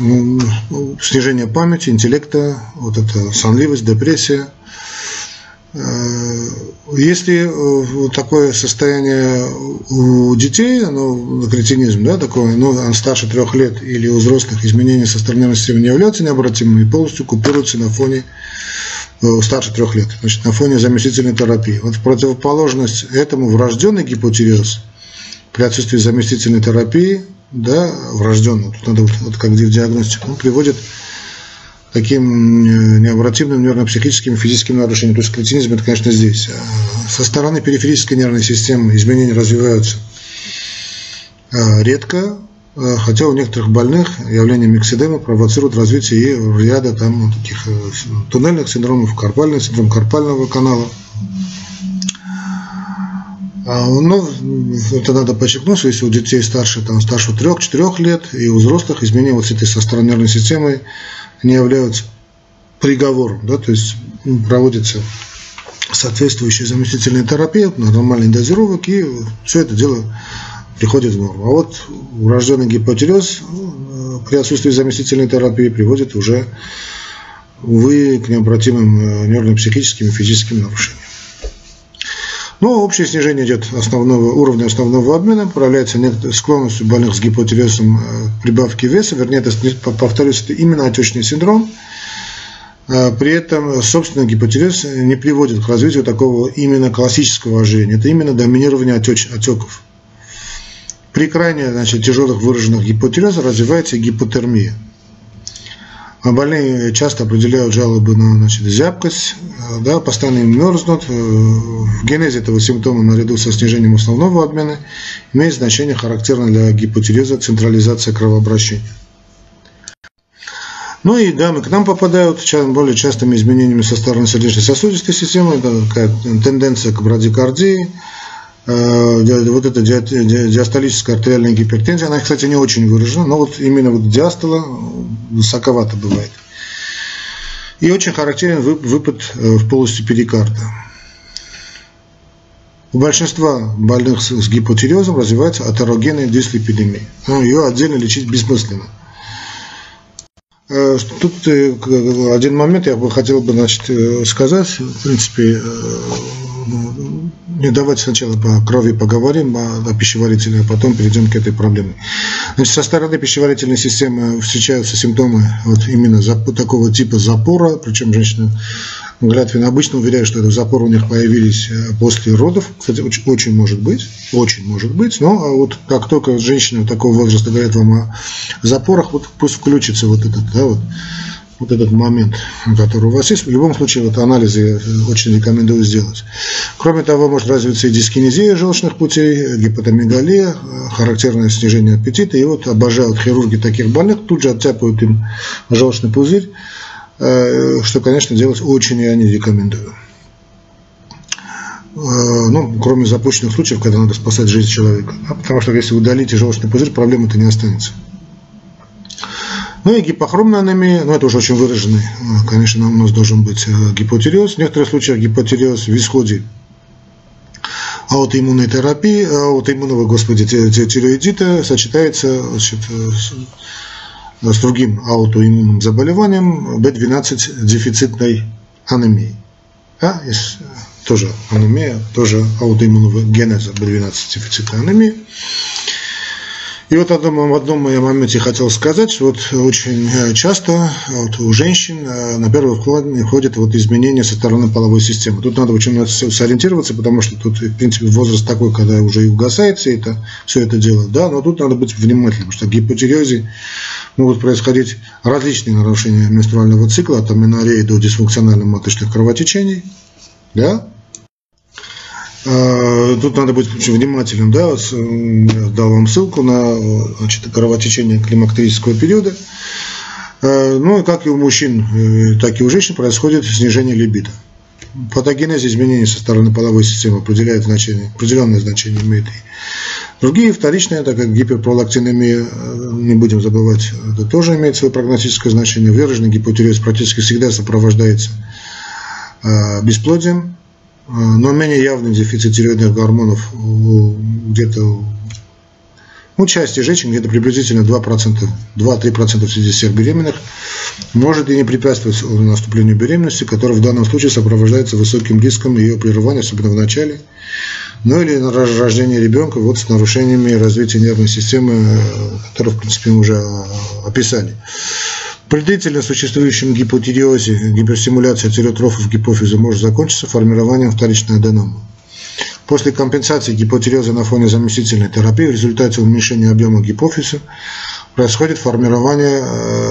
снижение памяти, интеллекта, вот это сонливость, депрессия, Если такое состояние у детей, ну, кретинизм, да, такое, ну, он старше трех лет или у взрослых, изменения со стороны нервной системы не являются необратимыми и полностью купируются на фоне старше трех лет, значит, на фоне заместительной терапии. Вот в противоположность этому врожденный гипотиреоз при отсутствии заместительной терапии, да, врожденный, тут надо вот, вот как в диагностике, он приводит к таким необратимым нервно-психическим и физическим нарушениям. То есть кретинизм это, конечно, здесь. Со стороны периферической нервной системы изменения развиваются редко, хотя у некоторых больных явление миксэдема провоцирует развитие и ряда там таких туннельных синдромов, карпальный синдром карпального канала. Но это надо подчеркнуть, что если у детей старше, там, старше трех-четырех лет и у взрослых изменения вот этой со стороны нервной системы не являются приговором, да, то есть проводится соответствующая заместительная терапия на нормальный дозировок, и все это дело приходит в норму. А вот врожденный гипотиреоз при отсутствии заместительной терапии приводит уже, увы, к необратимым нервно-психическим и физическим нарушениям. Но общее снижение идет основного, уровня основного обмена, проявляется склонностью больных с гипотиреозом к прибавке веса, вернее, это, повторюсь, это именно отечный синдром. При этом собственный гипотиреоз не приводит к развитию такого именно классического ожирения, это именно доминирование отеч, отеков. При крайне, значит, тяжелых выраженных гипотиреозах развивается гипотермия. А больные часто определяют жалобы на, значит, зябкость, да, постоянно им мерзнут. В генезе этого симптома наряду со снижением основного обмена имеет значение характерное для гипотиреоза централизация кровообращения. Ну и дамы к нам попадают более частыми изменениями со стороны сердечно-сосудистой системы, это такая тенденция к брадикардии, вот эта диастолическая артериальная гипертензия, она, кстати, не очень выражена, но вот именно вот диастола высоковато бывает. И очень характерен выпад в полости перикарда. У большинства больных с гипотиреозом развивается атерогенная дислипидемия. Ее отдельно лечить бессмысленно. Тут один момент я бы хотел бы, значит, сказать, в принципе, не давайте сначала по крови поговорим, а о пищеварительной, а потом перейдем к этой проблеме. Значит, со стороны пищеварительной системы встречаются симптомы вот именно такого типа запора, причем женщины Глятвин обычно уверяют, что это запоры у них появились после родов. Кстати, очень, очень может быть, очень может быть, но вот как только женщина такого возраста говорит вам о запорах, вот пусть включится вот этот, да, вот, вот этот момент, который у вас есть. В любом случае, вот анализы очень рекомендую сделать. Кроме того, может развиться и дискинезия желчных путей, гепатомегалия, характерное снижение аппетита. И вот обожают хирурги таких больных, тут же оттяпают им желчный пузырь, что, конечно, делать очень я не рекомендую. Ну, кроме запущенных случаев, когда надо спасать жизнь человека. Потому что если удалите желчный пузырь, проблемы-то не останется. Ну и гипохромная анемия, ну это уже очень выраженный, конечно, у нас должен быть гипотиреоз. В некоторых случаях гипотиреоз в исходе аутоиммунной терапии, аутоиммунного, господи, тиреоидита сочетается, значит, с, с другим аутоиммунным заболеванием бэ двенадцать дефицитной анемией. А, есть тоже анемия, тоже аутоиммунного генеза бэ двенадцать дефицитной анемии. И вот в одном, в одном моем моменте хотел сказать, что вот очень часто вот у женщин на первый вход входят вот изменения со стороны половой системы. Тут надо очень сориентироваться, потому что тут, в принципе, возраст такой, когда уже и угасает все это, все это дело, да, но тут надо быть внимательным, потому что в гипотиреозе могут происходить различные нарушения менструального цикла, от аменореи до дисфункциональных маточных кровотечений, да. Тут надо быть очень внимательным, да, я дал вам ссылку на, значит, кровотечение климактерического периода. Ну и как и у мужчин, так и у женщин происходит снижение либидо. Патогенез изменений со стороны половой системы определяет значение, определенное значение имеет и другие вторичные, так как гиперпролактинемия, не будем забывать, это тоже имеет свое прогностическое значение. Выраженный гипотиреоз практически всегда сопровождается бесплодием. Но менее явный дефицит тиреоидных гормонов где-то У части женщин, где-то приблизительно два процента, два-три процента среди всех беременных, может и не препятствовать наступлению беременности, которая в данном случае сопровождается высоким риском ее прерывания, особенно в начале, ну или на рождение ребенка вот с нарушениями развития нервной системы, которые, в принципе, мы уже описали. При длительно существующем гипотиреозе гиперстимуляция тиреотрофов гипофиза может закончиться формированием вторичной аденомы. После компенсации гипотиреоза на фоне заместительной терапии в результате уменьшения объема гипофиза происходит формирование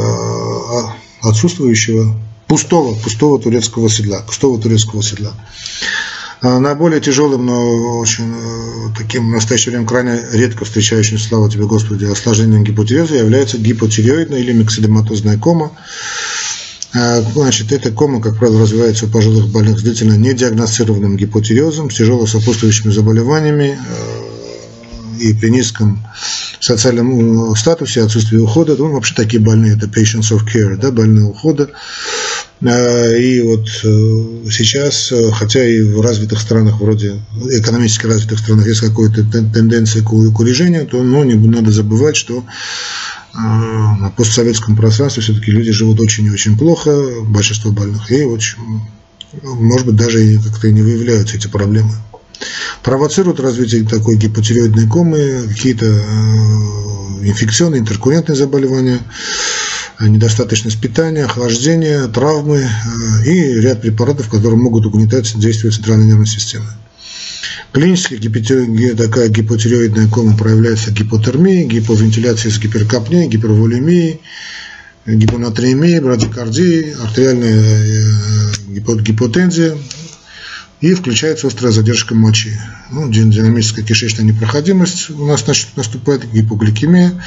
отсутствующего пустого, пустого турецкого седла, пустого турецкого седла. Наиболее тяжелым, но очень таким в настоящее время крайне редко встречающимся, слава тебе Господи, осложнением гипотиреоза является гипотиреоидная или миксодематозная кома. Значит, эта кома, как правило, развивается у пожилых больных с длительно недиагностированным гипотиреозом, с тяжело сопутствующими заболеваниями и при низком социальном статусе, отсутствии ухода. Ну, вообще такие больные, это patients of care, да, больные ухода. И вот сейчас, хотя и в развитых странах, вроде экономически развитых странах, есть какая-то тенденция к урежению, то ну, не надо забывать, что на постсоветском пространстве все-таки люди живут очень и очень плохо, большинство больных, и очень, может быть, даже и как-то не выявляются эти проблемы. Провоцируют развитие такой гипотиреоидной комы какие-то инфекционные, интеркуррентные заболевания, недостаточность питания, охлаждение, травмы и ряд препаратов, которые могут угнетать действие центральной нервной системы. Клинически такая гипотиреоидная кома проявляется гипотермией, гиповентиляцией с гиперкапнией, гиперволемией, гипонатриемией, брадикардией, артериальная гипотензия и включается острая задержка мочи. Ну, динамическая кишечная непроходимость у нас наступает, гипогликемия.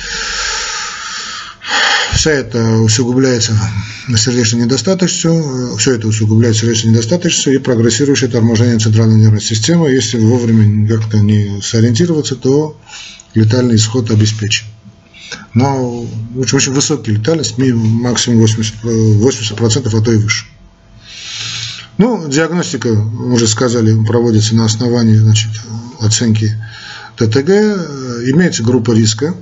Вся это усугубляется сердечной недостаточностью, все это усугубляется сердечной недостаточностью и прогрессирующее торможение центральной нервной системы. Если вовремя как-то не сориентироваться, то летальный исход обеспечен. Но очень, очень высокая летальность, максимум восемьдесят процентов, а то и выше. Ну, диагностика, мы уже сказали, проводится на основании, значит, оценки ТТГ. Имеется группа риска.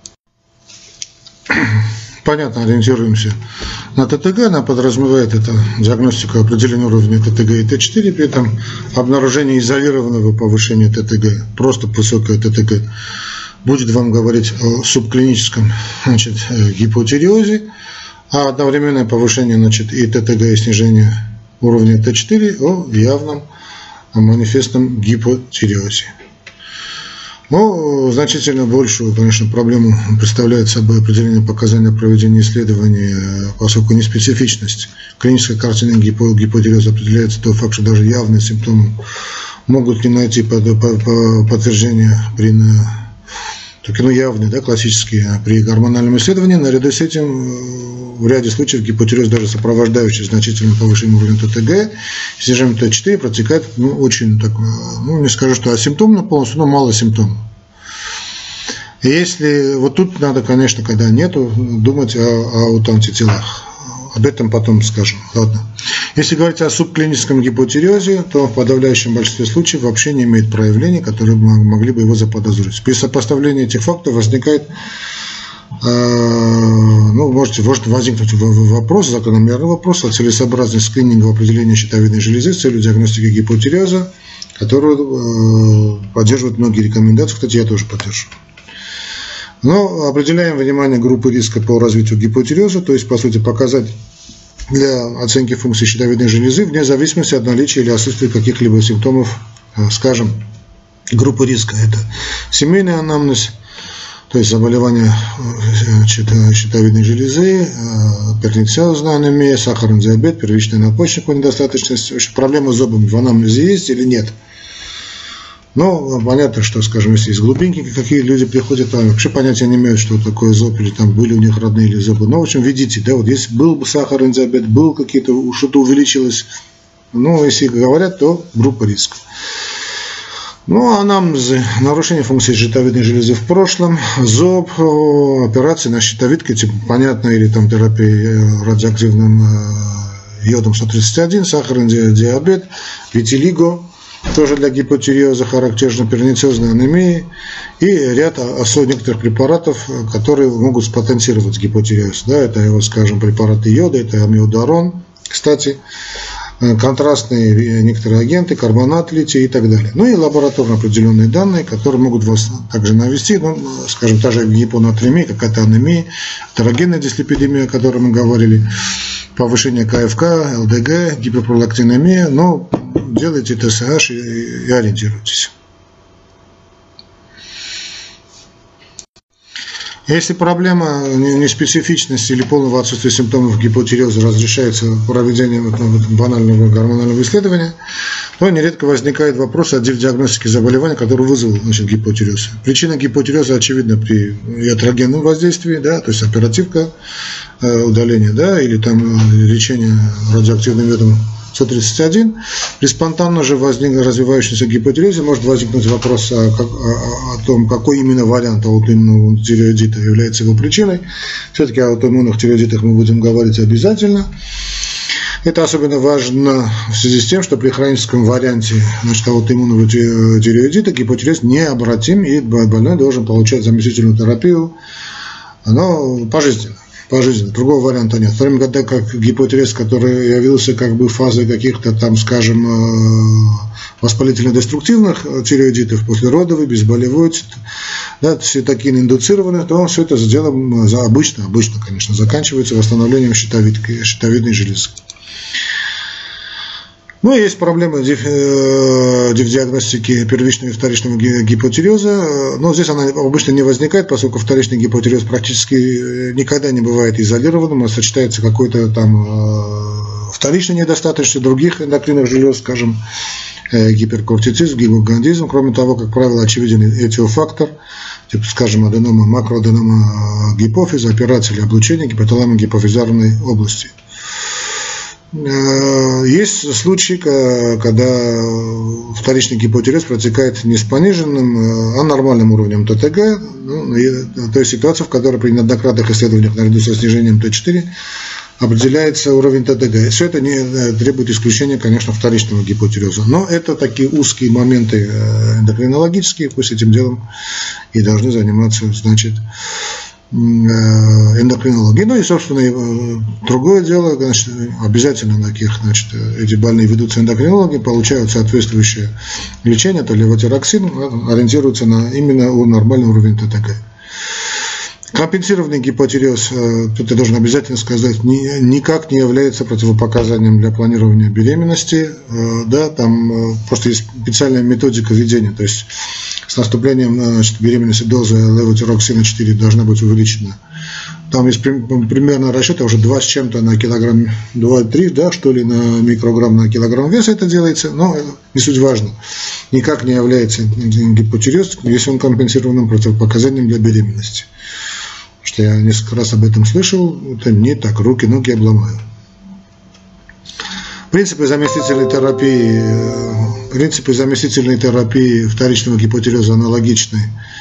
Понятно, ориентируемся на ТТГ, она подразумевает это диагностику определения уровня ТТГ и Т четыре, при этом обнаружение изолированного повышения ТТГ, просто высокое ТТГ, будет вам говорить о субклиническом, значит, гипотиреозе, а одновременное повышение, значит, и ТТГ, и снижение уровня Т четыре о явном манифестном гипотиреозе. Но значительно большую, конечно, проблему представляет собой определение показаний проведения исследований, поскольку неспецифичность клинической картины гипотиреоза определяется тот факт, что даже явные симптомы могут не найти подтверждения при только ну, явные, да, классические при гормональном исследовании. Наряду с этим в ряде случаев гипотиреоз, даже сопровождающий значительным повышением уровня ТТГ, снижением Т четыре, протекает ну, очень, так, ну, не скажу, что асимптомно полностью, но мало симптомов. И если вот тут надо, конечно, когда нету, думать о, о аутоантителах. Об этом потом скажем. Ладно. Если говорить о субклиническом гипотиреозе, то в подавляющем большинстве случаев вообще не имеет проявлений, которые могли бы его заподозрить. При сопоставлении этих фактов возникает, э, ну, можете, может возникнуть вопрос, закономерный вопрос о целесообразности скрининга определения щитовидной железы с целью диагностики гипотиреоза, которую э, поддерживают многие рекомендации. Кстати, я тоже поддерживаю. Но определяем внимание группы риска по развитию гипотиреоза, то есть, по сути, показать для оценки функции щитовидной железы вне зависимости от наличия или отсутствия каких-либо симптомов, скажем, группы риска. Это семейный анамнез, то есть заболевания щитовидной железы, перитониальная анемия, сахарный диабет, первичная надпочечниковая недостаточность. В общем, проблемы с зубами в анамнезе есть или нет? Но понятно, что, скажем, если есть глубинки, какие люди приходят, там вообще понятия не имеют, что такое зоб, или там были у них родные или зубы. Но, в общем, видите, да, вот если был бы сахарный диабет, был какие-то, что-то увеличилось, ну, если говорят, то группа риска. Ну, анамнезы, нарушение функции щитовидной железы в прошлом, зоб, операции на щитовидке, типа, понятно, или там терапия радиоактивным йодом сто тридцать один, сахарный диабет, витилиго, тоже для гипотиреоза характерна пернициозная анемия и ряд особо некоторых препаратов, которые могут спотенцировать гипотиреоз. Да, это, вот, скажем, препараты йода, это амиодарон, кстати, контрастные некоторые агенты, карбонат лития и так далее. Ну и лабораторно определенные данные, которые могут вас также навести, ну, скажем, та же гипонатрemия, какая-то анемия, атерогенная дислипидемия, о которой мы говорили, повышение ка эф ка, эл дэ гэ, гиперпролактинемия, но делайте тэ эс аш и, и ориентируйтесь. Если проблема неспецифичности или полного отсутствия симптомов гипотиреоза разрешается проведением банального гормонального исследования, то нередко возникает вопрос о диагностике заболевания, которое вызвало, значит, гипотиреоз. Причина гипотиреоза очевидна при iatrogенном воздействии, да, то есть оперативка, удаление, да, или там лечение радиоактивным йодом сто тридцать один. При спонтанно же возник, развивающемся гипотиреозе может возникнуть вопрос о, о, о том, какой именно вариант аутоиммунного тиреоидита является его причиной. Все-таки о аутоиммунных тиреоидитах мы будем говорить обязательно. Это особенно важно в связи с тем, что при хроническом варианте, значит, аутоиммунного тиреоидита гипотиреоз необратим, и больной должен получать заместительную терапию, но пожизненно. Пожизненно. Другого варианта нет. В то время, когда как гипотиреоз, который явился как бы фазой каких-то там, скажем, воспалительно-деструктивных тиреоидитов, послеродовый, безболевой, да, цитокин индуцированный, то все это делом обычно, обычно, конечно, заканчивается восстановлением щитовидки, щитовидной железы. Ну, есть проблемы в диагностике первичного и вторичного гипотиреоза, но здесь она обычно не возникает, поскольку вторичный гипотиреоз практически никогда не бывает изолированным, а сочетается какой-то там вторичной недостаточностью других эндокринных желез, скажем, гиперкортицизм, гипогондизм. Кроме того, как правило, очевиден этиофактор, типа, скажем, аденома, макроаденома гипофиза, операция или облучение гипоталамо-гипофизарной области. Есть случаи, когда вторичный гипотиреоз протекает не с пониженным, а нормальным уровнем тэ тэ гэ, ну, то есть ситуация, в которой при неоднократных исследованиях наряду со снижением тэ четыре определяется уровень тэ тэ гэ. Все это не требует исключения, конечно, вторичного гипотиреоза. Но это такие узкие моменты эндокринологические, пусть этим делом и должны заниматься, значит, эндокринологии. Ну и, собственно, другое дело, значит, обязательно таких, значит, эти больные ведутся эндокринологи, получают соответствующее лечение, то левотироксин, ориентируются на именно нормальный уровень тэ тэ гэ. Компенсированный гипотиреоз, тут я должен обязательно сказать, никак не является противопоказанием для планирования беременности, да, там просто есть специальная методика ведения, то есть с наступлением, значит, беременности доза левотироксина четыре должна быть увеличена. Там есть примерно расчет, уже два с чем-то на килограмм, два-три, да, что ли, на микрограмм на килограмм веса это делается, но не суть важно. Никак не является гипотиреоз, если он компенсированным противопоказанием для беременности. Что я несколько раз об этом слышал, это не так, руки, ноги обломаю. Принципы заместительной терапии, принципы заместительной терапии вторичного гипотиреоза аналогичны,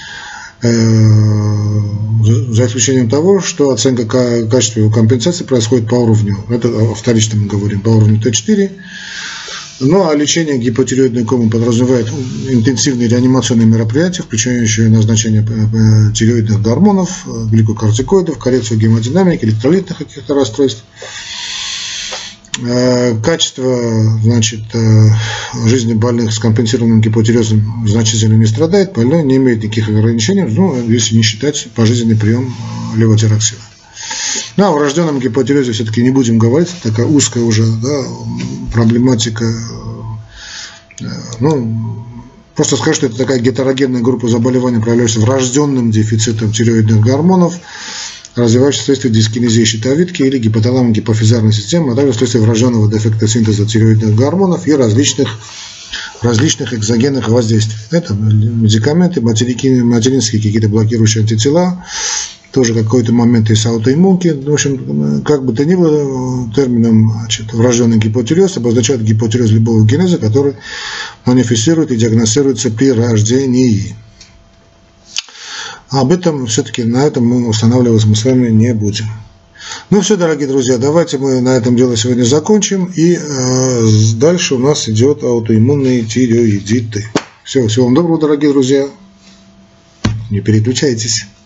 за исключением того, что оценка качества его компенсации происходит по уровню, это о вторичном мы говорим, по уровню тэ четыре. Ну а лечение гипотиреоидной комы подразумевает интенсивные реанимационные мероприятия, включающие назначение тиреоидных гормонов, гликокортикоидов, коррекцию гемодинамики, электролитных каких-то расстройств. Качество, значит, жизни больных с компенсированным гипотиреозом значительно не страдает, больной не имеет никаких ограничений, ну, если не считать пожизненный прием левотироксина. Ну, а о врожденном гипотиреозе все-таки не будем говорить, такая узкая уже, да, проблематика. Ну, просто скажу, что это такая гетерогенная группа заболеваний, проявляющаяся врожденным дефицитом тиреоидных гормонов, развивающихся вследствие дискинезии щитовидки или гипоталамо-гипофизарной системы, а также вследствие врожденного дефекта синтеза тиреоидных гормонов и различных, различных экзогенных воздействий. Это медикаменты, материнские какие-то блокирующие антитела, тоже какой-то момент из аутоиммунки. В общем, как бы то ни было, термином, значит, врожденный гипотиреоз обозначает гипотиреоз любого генеза, который манифестирует и диагностируется при рождении. Об этом все-таки, на этом мы останавливаться мы с вами не будем. Ну все, дорогие друзья, давайте мы на этом дело сегодня закончим. И э, дальше у нас идет аутоиммунные тиреоидиты. Все, всего вам доброго, дорогие друзья. Не переключайтесь.